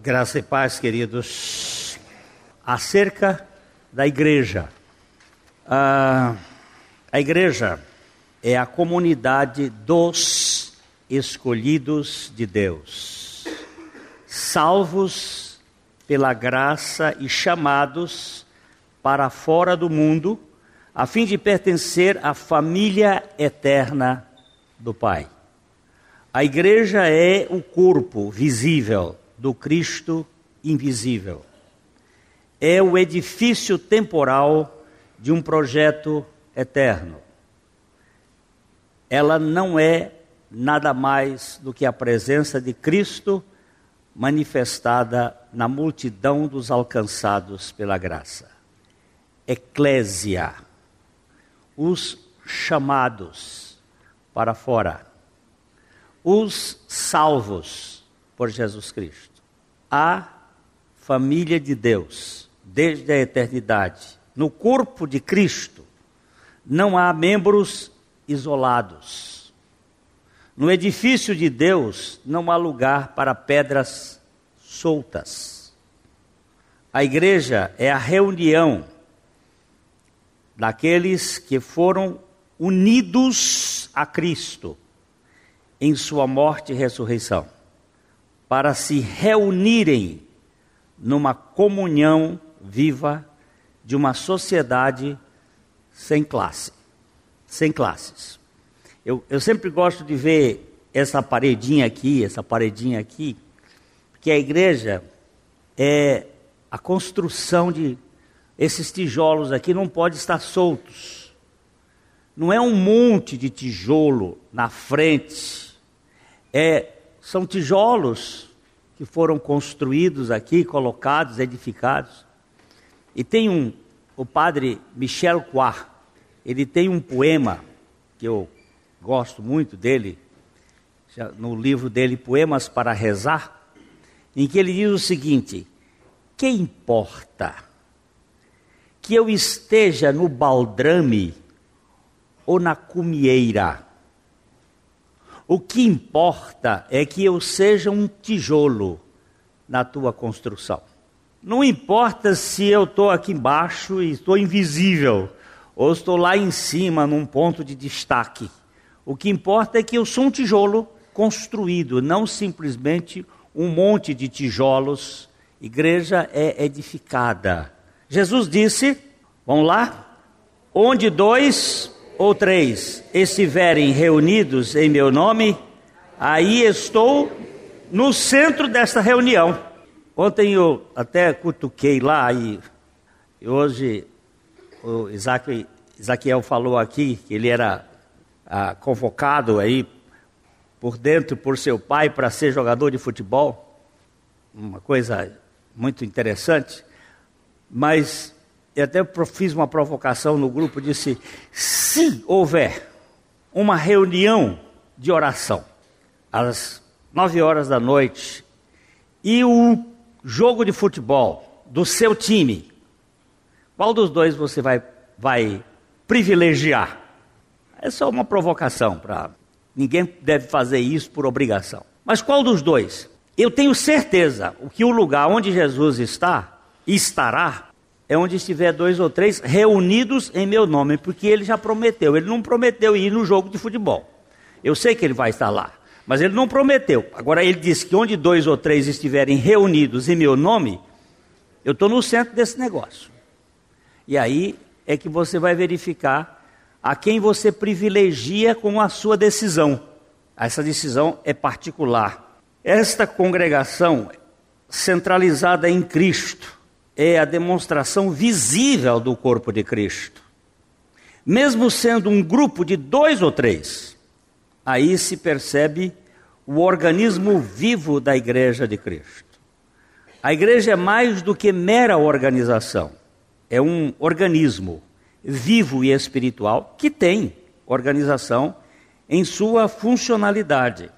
Graça e paz, queridos. Acerca da igreja. A igreja é a comunidade dos escolhidos de Deus, salvos pela graça e chamados para fora do mundo, a fim de pertencer à família eterna do Pai. A igreja é o corpo visível do Cristo invisível. É o edifício temporal de um projeto eterno. Ela não é nada mais do que a presença de Cristo manifestada na multidão dos alcançados pela graça. Eclésia, os chamados para fora, os salvos por Jesus Cristo. A família de Deus, desde a eternidade. No corpo de Cristo, não há membros isolados. No edifício de Deus, não há lugar para pedras soltas. A igreja é a reunião daqueles que foram unidos a Cristo em sua morte e ressurreição, para se reunirem numa comunhão viva de uma sociedade sem classe, sem classes. Eu sempre gosto de ver essa paredinha aqui, porque a igreja é a construção de esses tijolos aqui, não pode estar soltos. Não é um monte de tijolo na frente, são tijolos que foram construídos aqui, colocados, edificados. E tem o padre Michel Quah, ele tem um poema que eu gosto muito dele, no livro dele, Poemas para Rezar, em que ele diz o seguinte: que importa que eu esteja no baldrame ou na cumieira? O que importa é que eu seja um tijolo na tua construção. Não importa se eu estou aqui embaixo e estou invisível, ou estou lá em cima num ponto de destaque. O que importa é que eu sou um tijolo construído, não simplesmente um monte de tijolos. Igreja é edificada. Jesus disse, vamos lá, onde 2 ou 3 estiverem reunidos em meu nome, aí estou no centro desta reunião. Ontem eu até cutuquei lá e hoje o Ezequiel falou aqui que ele era convocado aí por dentro por seu pai para ser jogador de futebol. Uma coisa muito interessante, mas eu até fiz uma provocação no grupo, disse, se houver uma reunião de oração às 9 horas da noite e o jogo de futebol do seu time, qual dos dois você vai privilegiar? É só uma provocação, ninguém deve fazer isso por obrigação. Mas qual dos dois? Eu tenho certeza que o lugar onde Jesus está e estará é onde estiver 2 ou 3 reunidos em meu nome, porque ele já prometeu. Ele não prometeu ir no jogo de futebol. Eu sei que ele vai estar lá, mas ele não prometeu. Agora ele disse que onde 2 ou 3 estiverem reunidos em meu nome, eu estou no centro desse negócio. E aí é que você vai verificar a quem você privilegia com a sua decisão. Essa decisão é particular. Esta congregação centralizada em Cristo é a demonstração visível do corpo de Cristo. Mesmo sendo um grupo de 2 ou 3, aí se percebe o organismo vivo da igreja de Cristo. A igreja é mais do que mera organização. É um organismo vivo e espiritual que tem organização em sua funcionalidade.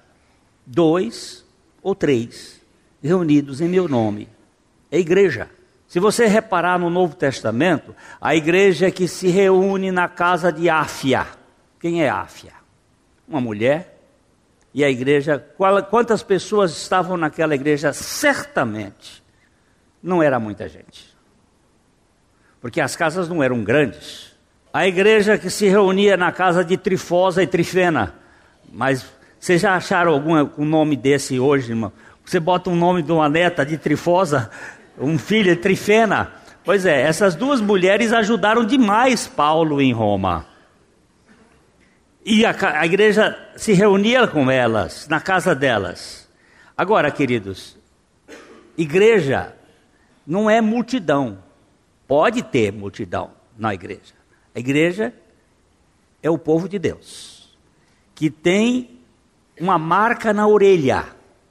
2 ou 3 reunidos em meu nome. É igreja. Se você reparar no Novo Testamento, a igreja é que se reúne na casa de Áfia. Quem é Áfia? Uma mulher E a igreja, quantas pessoas estavam naquela igreja? Certamente não era muita gente, porque as casas não eram grandes. A igreja que se reunia na casa de Trifosa e Trifena, mas vocês já acharam algum nome desse hoje, irmão? Você bota um nome de uma neta de Trifosa, um filho de Trifena. Pois é, essas duas mulheres ajudaram demais Paulo em Roma. E a igreja se reunia com elas, na casa delas. Agora, queridos, igreja não é multidão. Pode ter multidão na igreja. A igreja é o povo de Deus, que tem uma marca na orelha.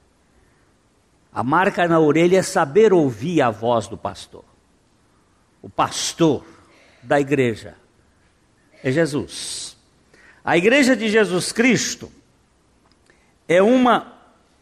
A marca na orelha é saber ouvir a voz do pastor. O pastor da igreja é Jesus. A igreja de Jesus Cristo é una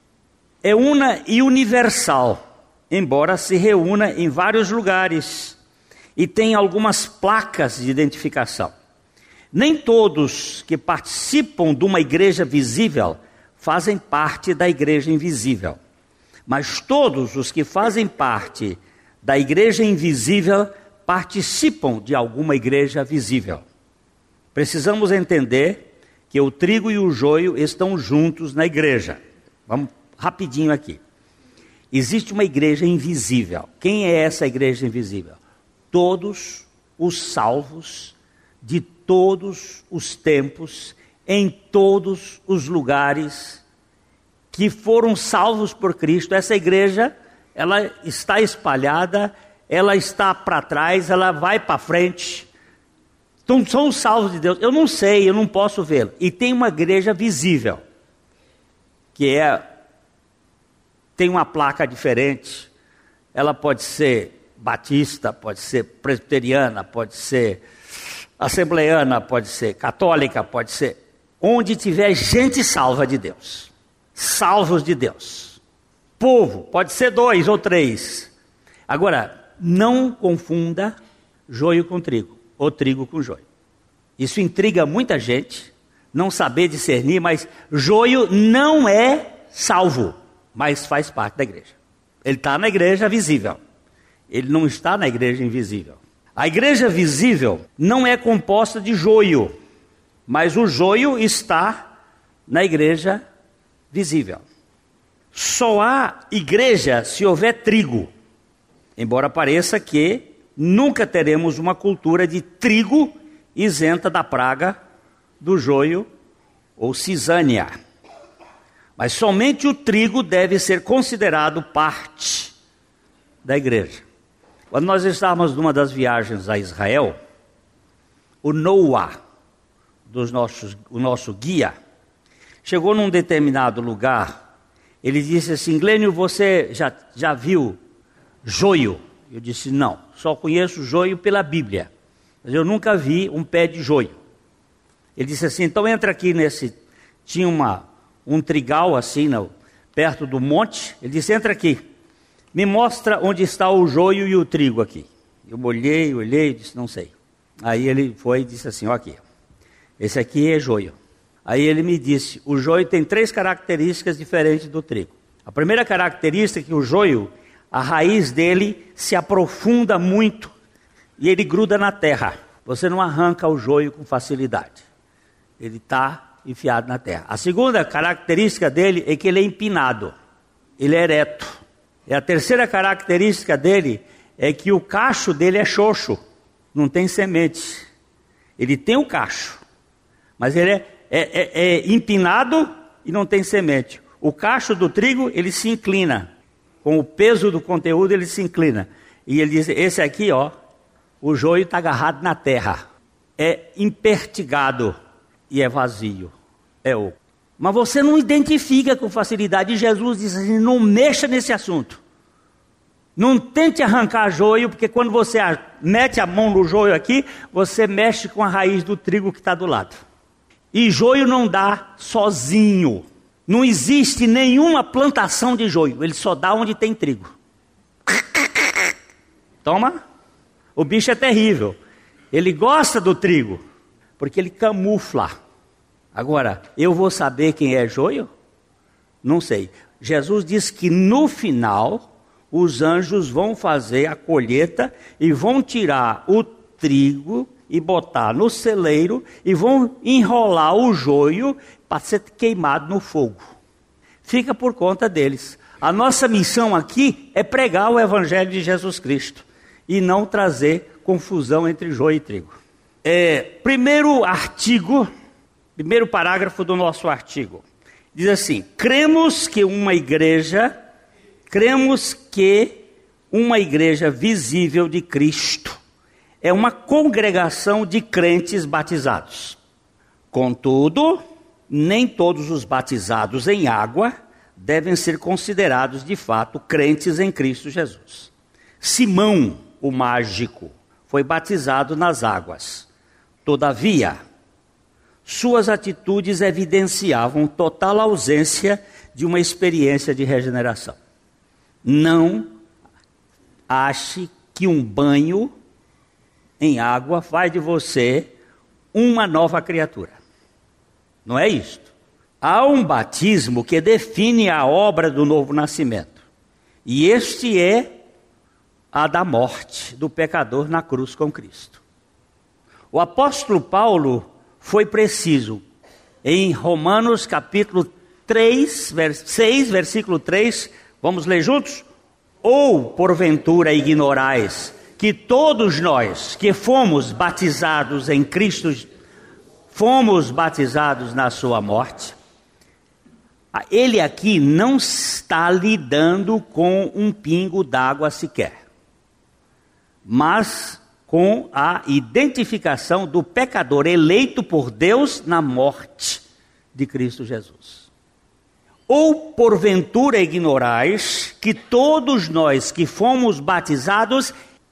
e universal, embora se reúna em vários lugares e tem algumas placas de identificação. Nem todos que participam de uma igreja visível fazem parte da igreja invisível, mas todos os que fazem parte da igreja invisível participam de alguma igreja visível. Precisamos entender que o trigo e o joio estão juntos na igreja. Vamos rapidinho aqui. Existe uma igreja invisível. Quem é essa igreja invisível? Todos os salvos de todos os tempos, em todos os lugares que foram salvos por Cristo. Essa igreja, ela está espalhada, ela está para trás, ela vai para frente. Então são os salvos de Deus. Eu não sei, eu não posso vê-lo. E tem uma igreja visível, que tem uma placa diferente. Ela pode ser batista, pode ser presbiteriana, pode ser assembleiana, pode ser católica, pode ser onde tiver gente salva de Deus. Salvos de Deus. Povo, pode ser 2 ou 3. Agora, não confunda joio com trigo. Ou trigo com joio. Isso intriga muita gente, não saber discernir, mas joio não é salvo, mas faz parte da igreja. Ele está na igreja visível, ele não está na igreja invisível. A igreja visível não é composta de joio, mas o joio está na igreja visível. Só há igreja se houver trigo, embora pareça que nunca teremos uma cultura de trigo isenta da praga do joio ou cisânia. Mas somente o trigo deve ser considerado parte da igreja. Quando nós estávamos numa das viagens a Israel, o Noah, o nosso guia, chegou num determinado lugar. Ele disse assim: Glênio, você já viu joio? Eu disse: não, só conheço joio pela Bíblia, mas eu nunca vi um pé de joio. Ele disse assim: então entra aqui tinha um trigal assim, perto do monte. Ele disse: entra aqui, me mostra onde está o joio e o trigo aqui. Eu olhei, disse: não sei. Aí ele foi e disse assim: ó, aqui, esse aqui é joio. Aí ele me disse: o joio tem 3 características diferentes do trigo. A primeira característica é que o joio, a raiz dele se aprofunda muito e ele gruda na terra. Você não arranca o joio com facilidade. Ele está enfiado na terra. A segunda característica dele é que ele é empinado. Ele é ereto. E a terceira característica dele é que o cacho dele é xoxo. Não tem semente. Ele tem o cacho, mas ele é empinado e não tem semente. O cacho do trigo, ele se inclina. Com o peso do conteúdo, ele se inclina. E ele diz: esse aqui, ó, o joio está agarrado na terra. É impertigado e é vazio. É oco. Mas você não identifica com facilidade. E Jesus diz assim: não mexa nesse assunto. Não tente arrancar joio, porque quando você mete a mão no joio aqui, você mexe com a raiz do trigo que está do lado. E joio não dá sozinho. Não existe nenhuma plantação de joio, ele só dá onde tem trigo. Toma, o bicho é terrível. Ele gosta do trigo, porque ele camufla. Agora, eu vou saber quem é joio? Não sei. Jesus diz que no final os anjos vão fazer a colheita e vão tirar o trigo e botar no celeiro e vão enrolar o joio para ser queimado no fogo. Fica por conta deles. A nossa missão aqui é pregar o evangelho de Jesus Cristo e não trazer confusão entre joio e trigo. Primeiro parágrafo do nosso artigo. Diz assim: cremos que uma igreja visível de Cristo é uma congregação de crentes batizados. Contudo, nem todos os batizados em água devem ser considerados de fato crentes em Cristo Jesus. Simão, o mágico, foi batizado nas águas. Todavia, suas atitudes evidenciavam total ausência de uma experiência de regeneração. Não ache que um banho em água faz de você uma nova criatura. Não é isto. Há um batismo que define a obra do novo nascimento. E este é a da morte do pecador na cruz com Cristo. O apóstolo Paulo foi preciso em Romanos capítulo 6, versículo 3, vamos ler juntos? Ou porventura ignorais que todos nós que fomos batizados em Cristo, fomos batizados na sua morte? Ele aqui não está lidando com um pingo d'água sequer, mas com a identificação do pecador eleito por Deus na morte de Cristo Jesus. Ou porventura ignorais que todos nós que fomos batizados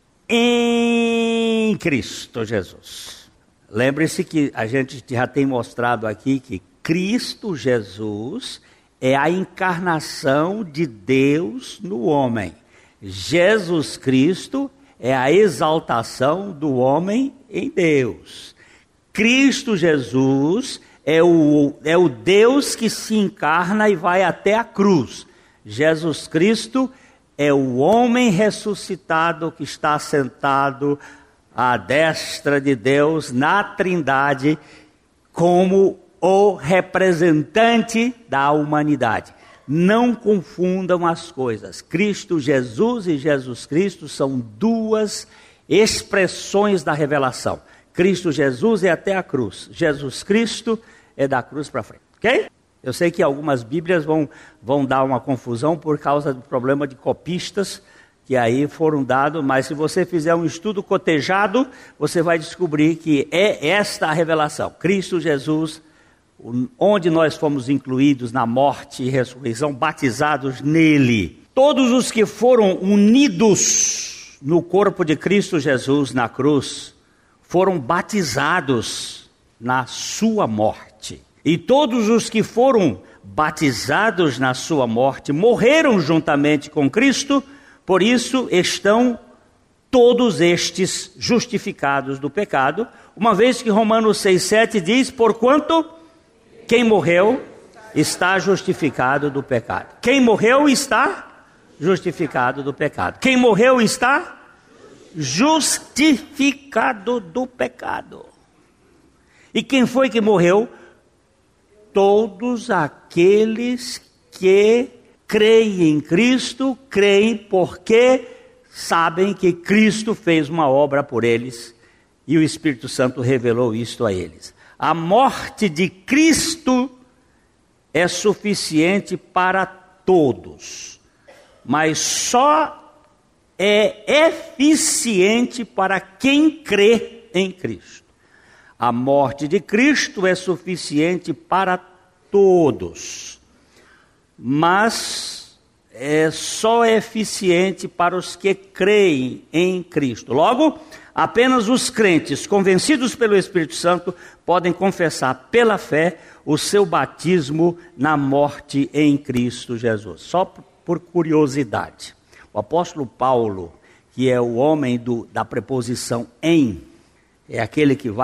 em Cristo Jesus. Lembre-se que a gente já tem mostrado aqui que Cristo Jesus é a encarnação de Deus no homem. Jesus Cristo é a exaltação do homem em Deus. Cristo Jesus é o Deus que se encarna e vai até a cruz. Jesus Cristo é o homem ressuscitado que está sentado à destra de Deus na Trindade como o representante da humanidade. Não confundam as coisas. Cristo Jesus e Jesus Cristo são duas expressões da revelação. Cristo Jesus é até a cruz. Jesus Cristo é da cruz para frente. Ok? Eu sei que algumas bíblias vão dar uma confusão por causa do problema de copistas que aí foram dados, mas se você fizer um estudo cotejado, você vai descobrir que é esta a revelação. Cristo Jesus, onde nós fomos incluídos na morte e ressurreição, batizados nele. Todos os que foram unidos no corpo de Cristo Jesus na cruz, foram batizados na sua morte. E todos os que foram batizados na sua morte, morreram juntamente com Cristo, por isso estão todos estes justificados do pecado, uma vez que Romanos 6,7 diz, porquanto quem morreu está justificado do pecado. Quem morreu está justificado do pecado. Quem morreu está justificado do pecado. E quem foi que morreu? Todos aqueles que creem em Cristo, creem porque sabem que Cristo fez uma obra por eles e o Espírito Santo revelou isto a eles. A morte de Cristo é suficiente para todos, mas só é eficiente para quem crê em Cristo. A morte de Cristo é suficiente para todos, mas só é eficiente para os que creem em Cristo. Logo, apenas os crentes convencidos pelo Espírito Santo podem confessar pela fé o seu batismo na morte em Cristo Jesus. Só por curiosidade, o apóstolo Paulo, que é o homem da preposição em, é aquele que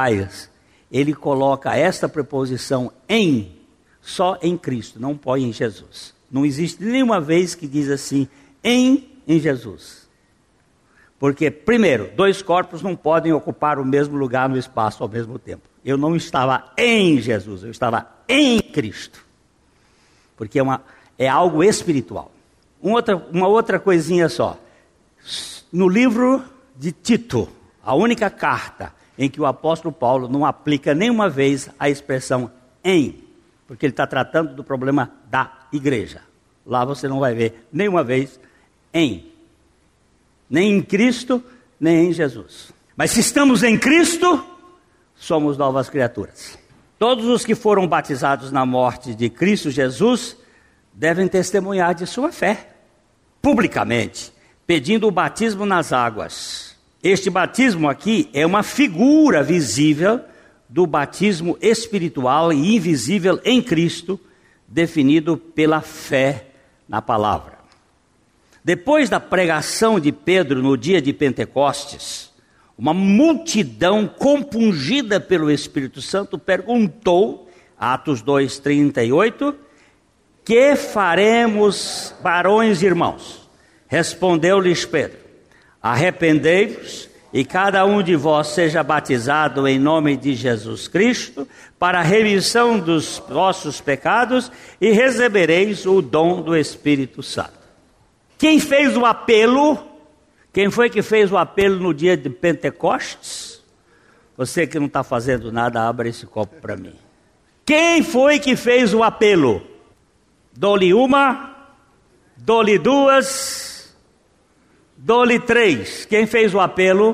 ele coloca esta preposição em, só em Cristo, não põe em Jesus. Não existe nenhuma vez que diz assim, em Jesus. Porque, primeiro, dois corpos não podem ocupar o mesmo lugar no espaço ao mesmo tempo. Eu não estava em Jesus, eu estava em Cristo. Porque é algo espiritual. Uma outra coisinha só. No livro de Tito, a única carta em que o apóstolo Paulo não aplica nenhuma vez a expressão em, porque ele está tratando do problema da igreja. Lá você não vai ver nenhuma vez em. Nem em Cristo, nem em Jesus. Mas se estamos em Cristo, somos novas criaturas. Todos os que foram batizados na morte de Cristo Jesus devem testemunhar de sua fé, publicamente, pedindo o batismo nas águas. Este batismo aqui é uma figura visível do batismo espiritual e invisível em Cristo, definido pela fé na palavra. Depois da pregação de Pedro no dia de Pentecostes, uma multidão compungida pelo Espírito Santo perguntou, Atos 2:38, que faremos, varões e irmãos? Respondeu-lhes Pedro, arrependei-vos e cada um de vós seja batizado em nome de Jesus Cristo para a remissão dos vossos pecados e recebereis o dom do Espírito Santo. Quem fez o apelo? Quem foi que fez o apelo no dia de Pentecostes? Você que não está fazendo nada, abra esse copo para mim. Quem foi que fez o apelo? Dou-lhe uma, dou-lhe duas, dou-lhe três. Quem fez o apelo?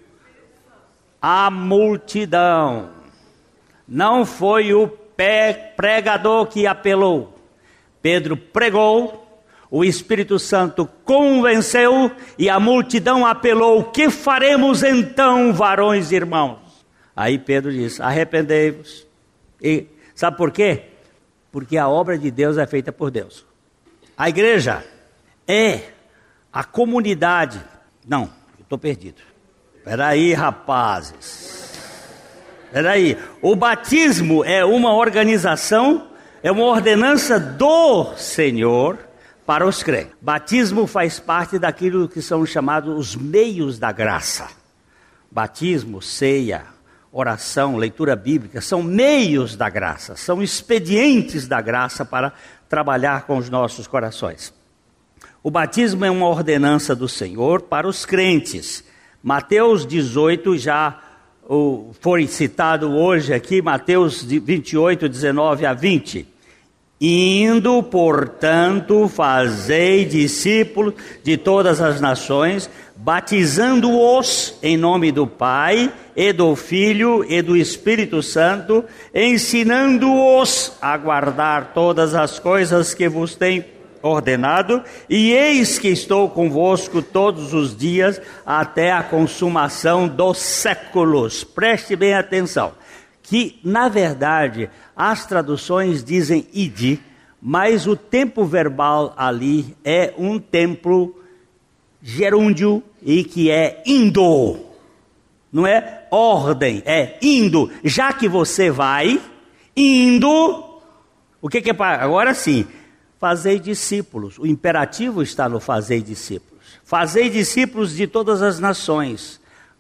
A multidão. Não foi o pregador que apelou. Pedro pregou. O Espírito Santo convenceu e a multidão apelou, que faremos então, varões e irmãos? Aí Pedro diz, arrependei-vos. E sabe por quê? Porque a obra de Deus é feita por Deus. A igreja é a comunidade. Não, eu estou perdido. Espera aí, rapazes. Espera aí. O batismo é uma organização, é uma ordenança do Senhor para os crentes. Batismo faz parte daquilo que são chamados os meios da graça. Batismo, ceia, oração, leitura bíblica, são meios da graça, são expedientes da graça para trabalhar com os nossos corações. O batismo é uma ordenança do Senhor para os crentes. Mateus 18 já foi citado hoje aqui, Mateus 28, 19 a 20. Indo, portanto, fazei discípulos de todas as nações, batizando-os em nome do Pai, e do Filho, e do Espírito Santo, ensinando-os a guardar todas as coisas que vos tenho ordenado, e eis que estou convosco todos os dias, até a consumação dos séculos. Preste bem atenção. Que, na verdade, as traduções dizem ide, mas o tempo verbal ali é um tempo gerúndio e que é indo. Não é ordem, é indo. Já que você vai, indo, o que é para? Agora sim, fazei discípulos. O imperativo está no fazei discípulos. Fazei discípulos de todas as nações,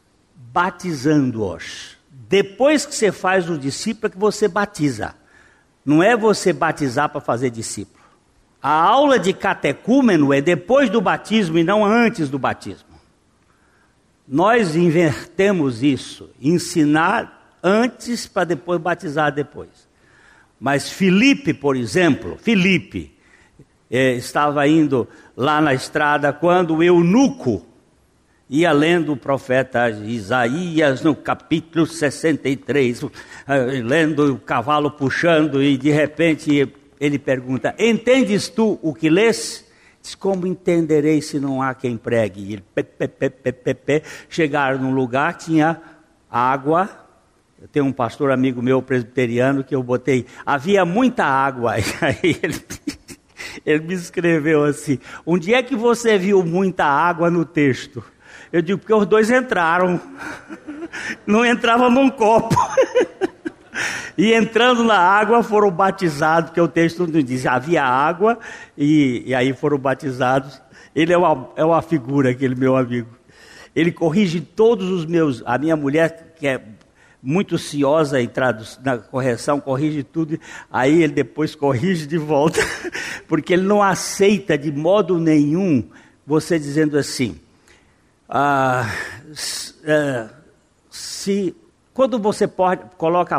batizando-os. Depois que você faz o discípulo é que você batiza. Não é você batizar para fazer discípulo. A aula de catecúmeno é depois do batismo e não antes do batismo. Nós invertemos isso. Ensinar antes para depois batizar depois. Mas Filipe, por exemplo, estava indo lá na estrada quando o eunuco ia lendo o profeta Isaías no capítulo 63, lendo o cavalo puxando, e de repente ele pergunta, entendes tu o que lês? Diz, como entenderei se não há quem pregue? E ele, chegaram num lugar, tinha água. Eu tenho um pastor amigo meu presbiteriano que eu botei, havia muita água, aí ele me escreveu assim, onde é que você viu muita água no texto? Eu digo, porque os dois entraram, não entrava num copo. E entrando na água foram batizados, porque o texto não diz, havia água e aí foram batizados. Ele é uma figura, aquele meu amigo. Ele corrige todos os meus... A minha mulher, que é muito ciosa na correção, corrige tudo. Aí ele depois corrige de volta. Porque ele não aceita de modo nenhum você dizendo assim... quando você coloca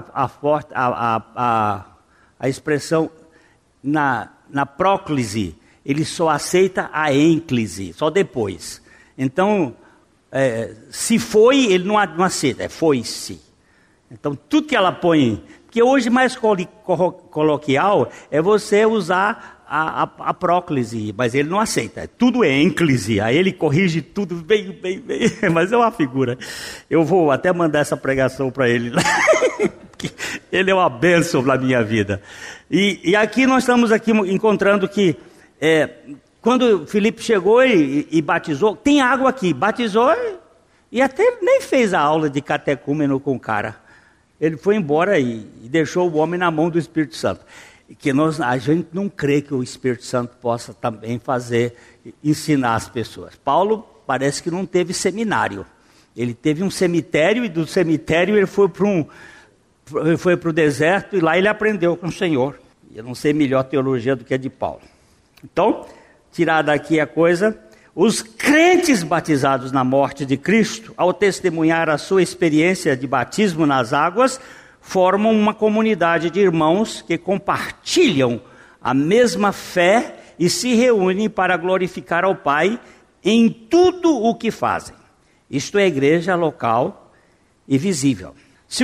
a expressão na próclise, ele só aceita a ênclise, só depois. Então, se foi, ele não aceita, foi-se. Então, tudo que ela põe... Porque hoje mais coloquial é você usar a próclise, mas ele não aceita. Tudo é ênclise, aí ele corrige tudo bem, mas é uma figura. Eu vou até mandar essa pregação para ele. Ele é uma bênção na minha vida. E aqui nós estamos encontrando que quando Filipe chegou e batizou, tem água aqui, batizou e até nem fez a aula de catecúmeno com o cara. Ele foi embora e deixou o homem na mão do Espírito Santo. Que a gente não crê que o Espírito Santo possa também ensinar as pessoas. Paulo parece que não teve seminário. Ele teve um cemitério e do cemitério ele foi para o deserto e lá ele aprendeu com o Senhor. Eu não sei melhor teologia do que a de Paulo. Então, tirada aqui a coisa, os crentes batizados na morte de Cristo, ao testemunhar a sua experiência de batismo nas águas, formam uma comunidade de irmãos que compartilham a mesma fé e se reúnem para glorificar ao Pai em tudo o que fazem. Isto é a igreja local e visível.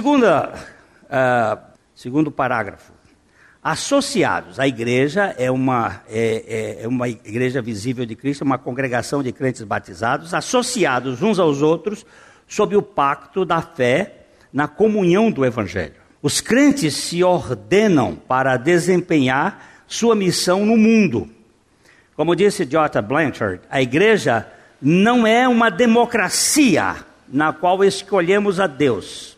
Segundo parágrafo. Associados, a igreja é uma igreja visível de Cristo, uma congregação de crentes batizados, associados uns aos outros, sob o pacto da fé, na comunhão do Evangelho. Os crentes se ordenam para desempenhar sua missão no mundo. Como disse J. Blanchard, a igreja não é uma democracia na qual escolhemos a Deus,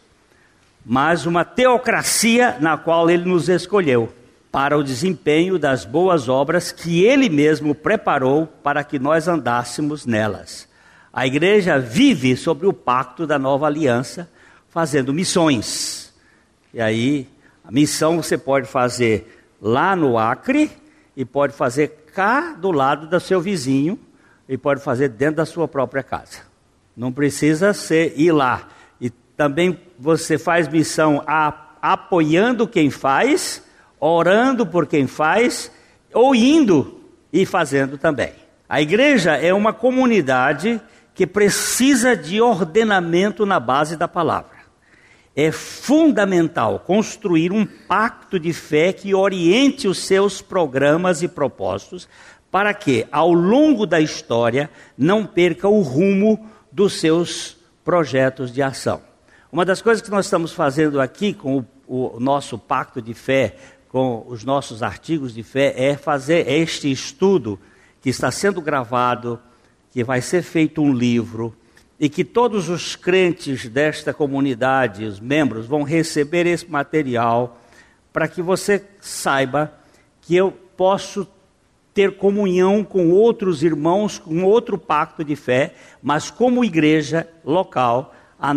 mas uma teocracia na qual Ele nos escolheu para o desempenho das boas obras que Ele mesmo preparou para que nós andássemos nelas. A igreja vive sobre o pacto da nova aliança, fazendo missões. E aí, a missão você pode fazer lá no Acre, e pode fazer cá do lado do seu vizinho, e pode fazer dentro da sua própria casa. Não precisa ir lá. E também você faz missão apoiando quem faz, orando por quem faz, ou indo e fazendo também. A igreja é uma comunidade que precisa de ordenamento na base da palavra. É fundamental construir um pacto de fé que oriente os seus programas e propósitos para que, ao longo da história, não perca o rumo dos seus projetos de ação. Uma das coisas que nós estamos fazendo aqui com o nosso pacto de fé, com os nossos artigos de fé, é fazer este estudo que está sendo gravado, que vai ser feito um livro, e que todos os crentes desta comunidade, os membros, vão receber esse material, para que você saiba que eu posso ter comunhão com outros irmãos, com outro pacto de fé, mas como igreja local,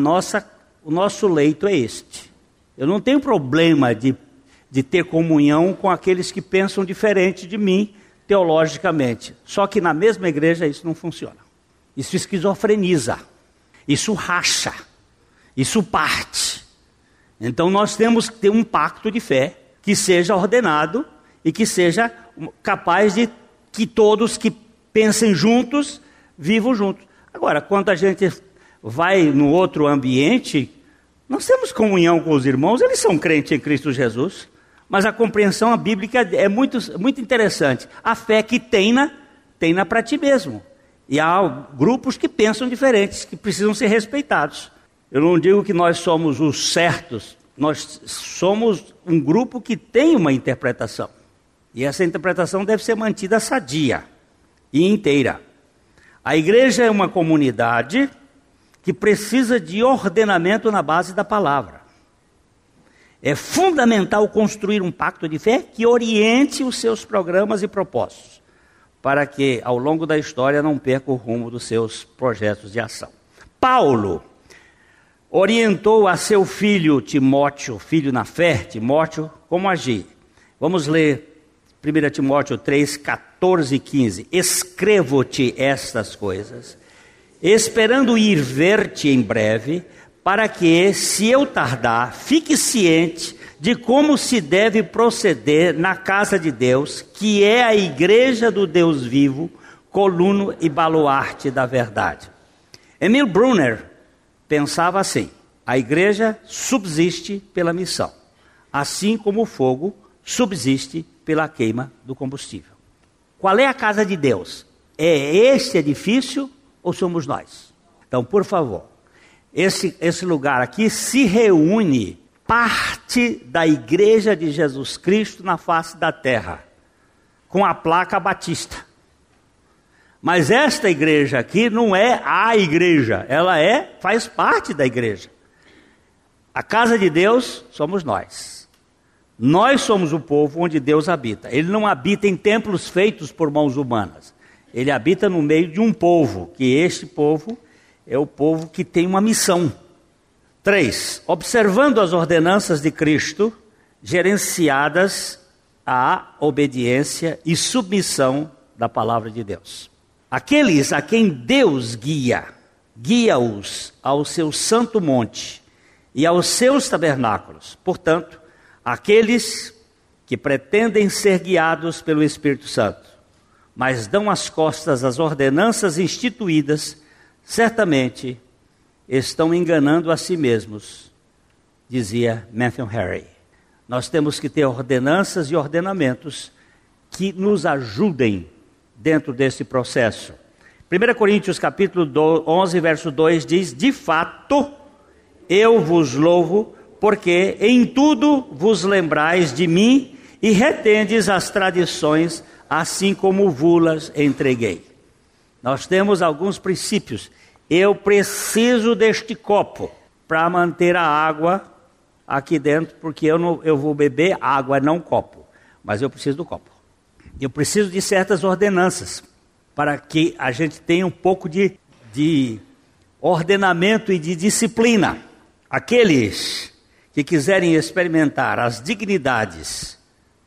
o nosso leito é este. Eu não tenho problema de ter comunhão com aqueles que pensam diferente de mim, teologicamente. Só que na mesma igreja isso não funciona. Isso esquizofreniza. Isso racha. Isso parte. Então nós temos que ter um pacto de fé que seja ordenado e que seja capaz de que todos que pensem juntos, vivam juntos. Agora, quando a gente vai no outro ambiente, nós temos comunhão com os irmãos, eles são crentes em Cristo Jesus, mas a compreensão bíblica é muito, muito interessante. A fé que tenha para ti mesmo. E há grupos que pensam diferentes, que precisam ser respeitados. Eu não digo que nós somos os certos, nós somos um grupo que tem uma interpretação. E essa interpretação deve ser mantida sadia e inteira. A igreja é uma comunidade que precisa de ordenamento na base da palavra. É fundamental construir um pacto de fé que oriente os seus programas e propósitos, para que, ao longo da história, não perca o rumo dos seus projetos de ação. Paulo orientou a seu filho Timóteo, filho na fé, Timóteo, como agir. Vamos ler 1 Timóteo 3, 14 e 15. Escrevo-te estas coisas, esperando ir ver-te em breve, para que, se eu tardar, fique ciente de como se deve proceder na casa de Deus, que é a igreja do Deus vivo, coluna e baluarte da verdade. Emil Brunner pensava assim: a igreja subsiste pela missão, assim como o fogo subsiste pela queima do combustível. Qual é a casa de Deus? É este edifício ou somos nós? Então, por favor, esse lugar aqui se reúne parte da igreja de Jesus Cristo na face da terra, com a placa batista. Mas esta igreja aqui não é a igreja, ela faz parte da igreja. A casa de Deus somos nós. Nós somos o povo onde Deus habita. Ele não habita em templos feitos por mãos humanas. Ele habita no meio de um povo, que este povo é o povo que tem uma missão. 3. Observando as ordenanças de Cristo, gerenciadas à obediência e submissão da palavra de Deus. Aqueles a quem Deus guia-os ao seu santo monte e aos seus tabernáculos. Portanto, aqueles que pretendem ser guiados pelo Espírito Santo, mas dão as costas às ordenanças instituídas, certamente estão enganando a si mesmos, dizia Matthew Henry. Nós temos que ter ordenanças e ordenamentos que nos ajudem dentro desse processo. 1 Coríntios capítulo 11, verso 2 diz: de fato, eu vos louvo, porque em tudo vos lembrais de mim e retendes as tradições, assim como vos entreguei. Nós temos alguns princípios. Eu preciso deste copo para manter a água aqui dentro, porque eu vou beber água, não copo. Mas eu preciso do copo. Eu preciso de certas ordenanças para que a gente tenha um pouco de ordenamento e de disciplina. Aqueles que quiserem experimentar as dignidades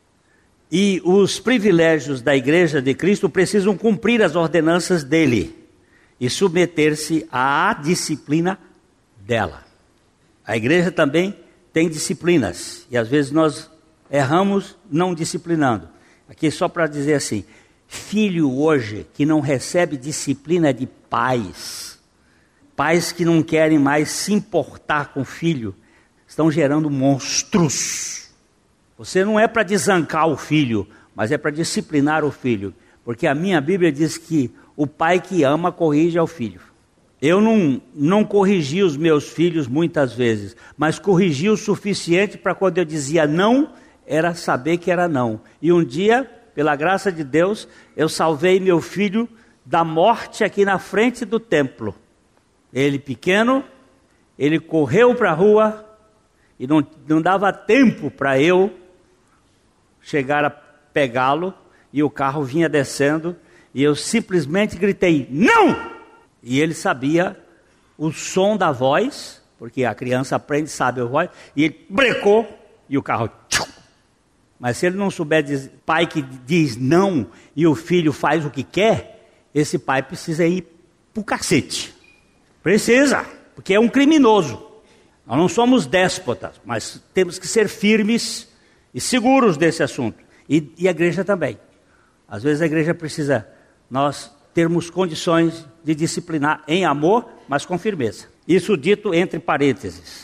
e os privilégios da igreja de Cristo precisam cumprir as ordenanças dele e submeter-se à disciplina dela. A igreja também tem disciplinas, e às vezes nós erramos não disciplinando. Aqui só para dizer assim, filho hoje que não recebe disciplina de pais que não querem mais se importar com o filho, estão gerando monstros. Você não é para desancar o filho, mas é para disciplinar o filho, porque a minha Bíblia diz que o pai que ama corrige ao filho. Eu não corrigi os meus filhos muitas vezes, mas corrigi o suficiente para quando eu dizia não, era saber que era não. E um dia, pela graça de Deus, eu salvei meu filho da morte aqui na frente do templo. Ele pequeno, ele correu para a rua e não dava tempo para eu chegar a pegá-lo, e o carro vinha descendo, e eu simplesmente gritei, não! E ele sabia o som da voz, porque a criança aprende, sabe a voz, e ele brecou, e o carro... Tchum. Mas se ele não souber, pai que diz não, e o filho faz o que quer, esse pai precisa ir pro cacete. Precisa, porque é um criminoso. Nós não somos déspotas, mas temos que ser firmes e seguros desse assunto. E a igreja também. Às vezes a igreja precisa, nós termos condições de disciplinar em amor, mas com firmeza. Isso dito entre parênteses.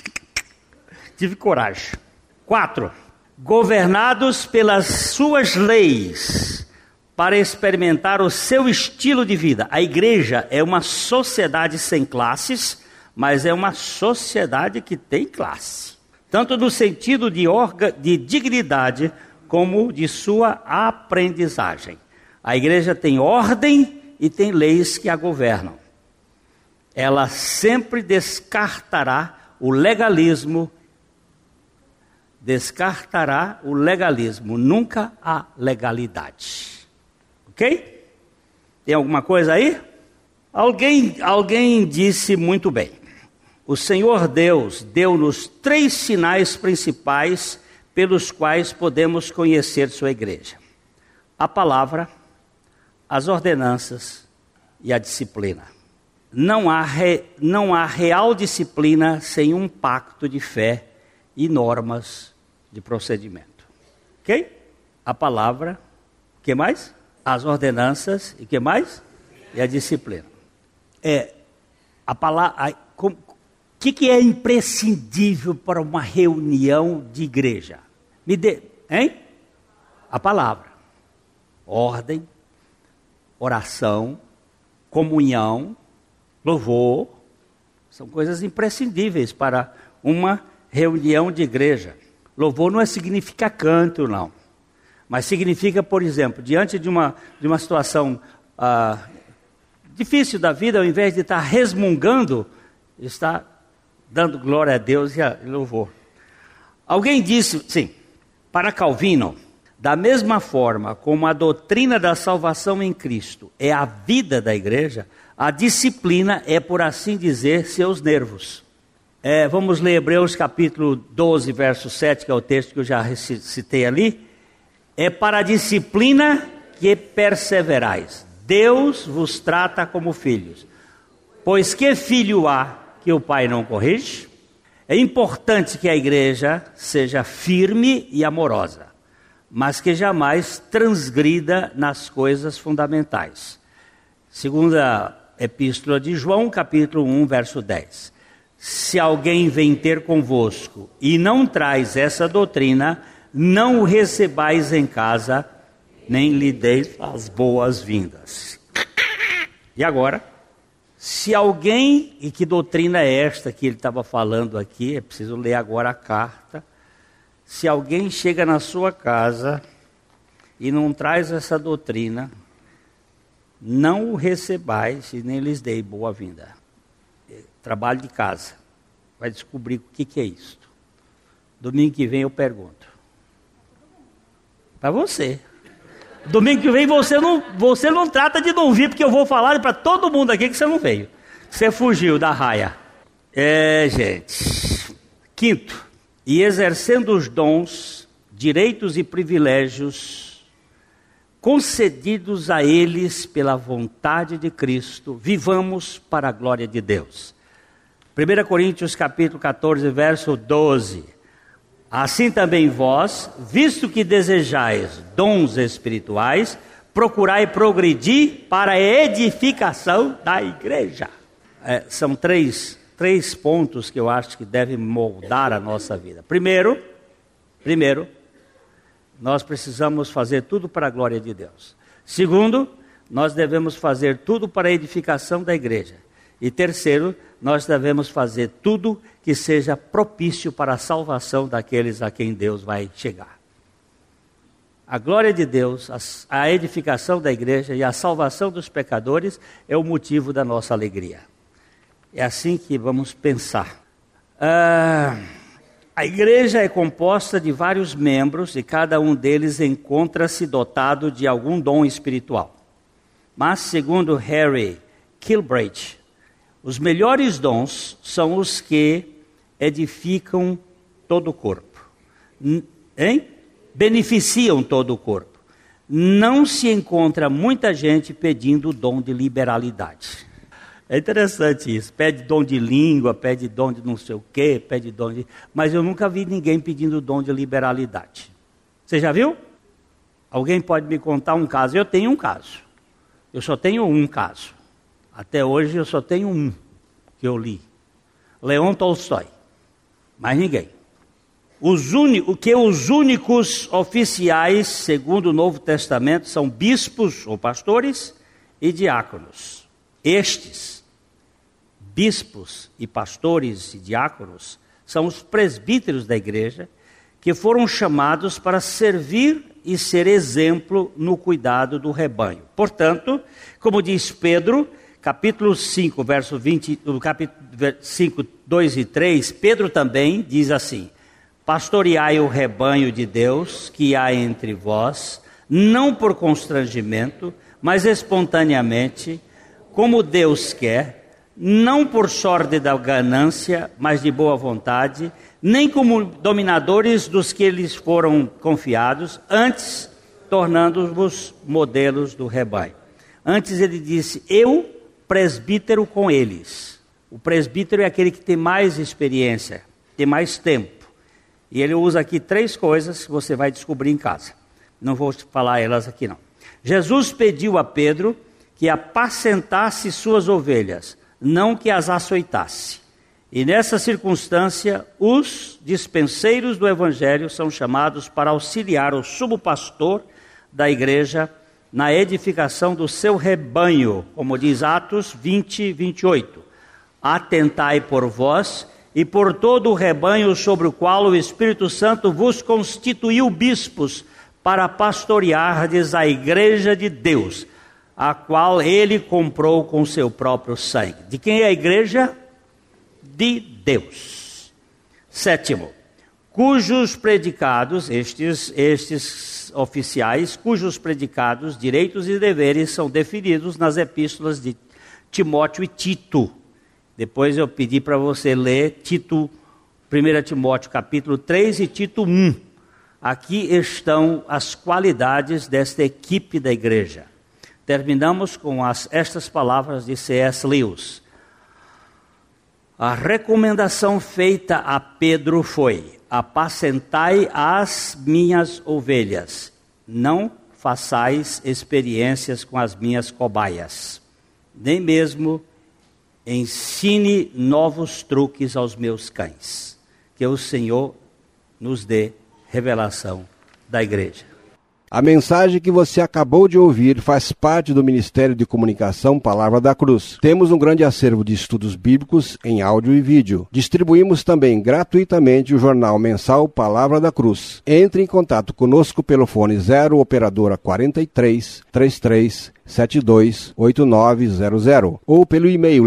Tive coragem. 4. Governados pelas suas leis, para experimentar o seu estilo de vida. A igreja é uma sociedade sem classes, mas é uma sociedade que tem classe. Tanto no sentido de dignidade, como de sua aprendizagem. A igreja tem ordem e tem leis que a governam. Ela sempre descartará o legalismo descartará o legalismo, nunca a legalidade. Ok? Tem alguma coisa aí? Alguém disse muito bem. O Senhor Deus deu-nos 3 sinais principais pelos quais podemos conhecer sua igreja: a palavra, as ordenanças e a disciplina. Não há real disciplina sem um pacto de fé e normas de procedimento. Ok? A palavra, o que mais? As ordenanças e o que mais? E a disciplina. A palavra... O que é imprescindível para uma reunião de igreja? A palavra. Ordem, oração, comunhão, louvor. São coisas imprescindíveis para uma reunião de igreja. Louvor não significa canto, não. Mas significa, por exemplo, diante de uma situação difícil da vida, ao invés de estar resmungando, está dando glória a Deus e louvor. Alguém disse, sim, para Calvino, da mesma forma como a doutrina da salvação em Cristo é a vida da igreja, a disciplina é, por assim dizer, seus nervos. Vamos ler Hebreus capítulo 12, verso 7, que é o texto que eu já citei ali. É para a disciplina que perseverais. Deus vos trata como filhos. Pois que filho há que o pai não corrige? É importante que a igreja seja firme e amorosa, mas que jamais transgrida nas coisas fundamentais. Segunda epístola de João, capítulo 1, verso 10. Se alguém vem ter convosco e não traz essa doutrina, não o recebais em casa, nem lhe deis as boas-vindas. E agora, se alguém, e que doutrina é esta que ele estava falando aqui, é preciso ler agora a carta. Se alguém chega na sua casa e não traz essa doutrina, não o recebais e nem lhes dei boa-vinda. Trabalho de casa. Vai descobrir o que é isso. Domingo que vem eu pergunto. Para você. Domingo que vem você não trata de não vir, porque eu vou falar para todo mundo aqui que você não veio. Você fugiu da raia. Gente. Quinto, e exercendo os dons, direitos e privilégios concedidos a eles pela vontade de Cristo, vivamos para a glória de Deus. 1 Coríntios capítulo 14, verso 12. Assim também vós, visto que desejais dons espirituais, procurai progredir para a edificação da igreja. São três pontos que eu acho que devem moldar a nossa vida. Primeiro, nós precisamos fazer tudo para a glória de Deus. Segundo, nós devemos fazer tudo para a edificação da igreja. E terceiro, nós devemos fazer tudo que seja propício para a salvação daqueles a quem Deus vai chegar. A glória de Deus, a edificação da igreja e a salvação dos pecadores é o motivo da nossa alegria. É assim que vamos pensar. A igreja é composta de vários membros e cada um deles encontra-se dotado de algum dom espiritual. Mas, segundo Harry Kilbrecht, os melhores dons são os que edificam todo o corpo. Beneficiam todo o corpo. Não se encontra muita gente pedindo o dom de liberalidade. É interessante isso. Pede dom de língua, pede dom de não sei o quê, pede dom de... Mas eu nunca vi ninguém pedindo dom de liberalidade. Você já viu? Alguém pode me contar um caso? Eu tenho um caso. Eu só tenho um caso. Até hoje eu só tenho um que eu li. Leon Tolstói. Mais ninguém. Os únicos oficiais, segundo o Novo Testamento, são bispos ou pastores e diáconos. Estes, bispos e pastores e diáconos, são os presbíteros da igreja, que foram chamados para servir e ser exemplo no cuidado do rebanho. Portanto, como diz Pedro, capítulo 5, verso 20, capítulo 5, 2 e 3, Pedro também diz assim: Pastoreai o rebanho de Deus que há entre vós, não por constrangimento, mas espontaneamente, como Deus quer, não por sorte da ganância, mas de boa vontade, nem como dominadores dos que lhes foram confiados, antes tornando-vos modelos do rebanho. Antes ele disse, eu, presbítero com eles. O presbítero é aquele que tem mais experiência, tem mais tempo. E ele usa aqui 3 coisas que você vai descobrir em casa. Não vou falar elas aqui não. Jesus pediu a Pedro que apacentasse suas ovelhas, não que as açoitasse. E nessa circunstância, os dispenseiros do Evangelho são chamados para auxiliar o subpastor da igreja na edificação do seu rebanho, como diz Atos 20, 28. Atentai por vós e por todo o rebanho sobre o qual o Espírito Santo vos constituiu bispos, para pastoreardes a igreja de Deus, a qual ele comprou com seu próprio sangue. De quem é a igreja? De Deus. 7º, cujos predicados, estes oficiais, cujos predicados, direitos e deveres são definidos nas epístolas de Timóteo e Tito. Depois eu pedi para você ler Tito, 1 Timóteo capítulo 3 e Tito 1. Aqui estão as qualidades desta equipe da igreja. Terminamos com estas palavras de C.S. Lewis. A recomendação feita a Pedro foi: apacentai as minhas ovelhas, não façais experiências com as minhas cobaias, nem mesmo ensine novos truques aos meus cães. Que o Senhor nos dê revelação da igreja. A mensagem que você acabou de ouvir faz parte do Ministério de Comunicação Palavra da Cruz. Temos um grande acervo de estudos bíblicos em áudio e vídeo. Distribuímos também gratuitamente o jornal mensal Palavra da Cruz. Entre em contato conosco pelo fone 0 operadora 43 33 728900 ou pelo e-mail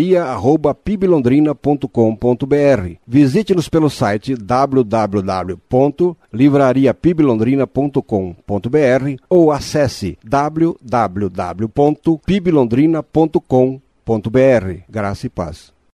livraria@piblondrina.com.br. Visite-nos pelo site www.livrariapiblondrina.com.br ou acesse www.piblondrina.com.br. Graça e paz.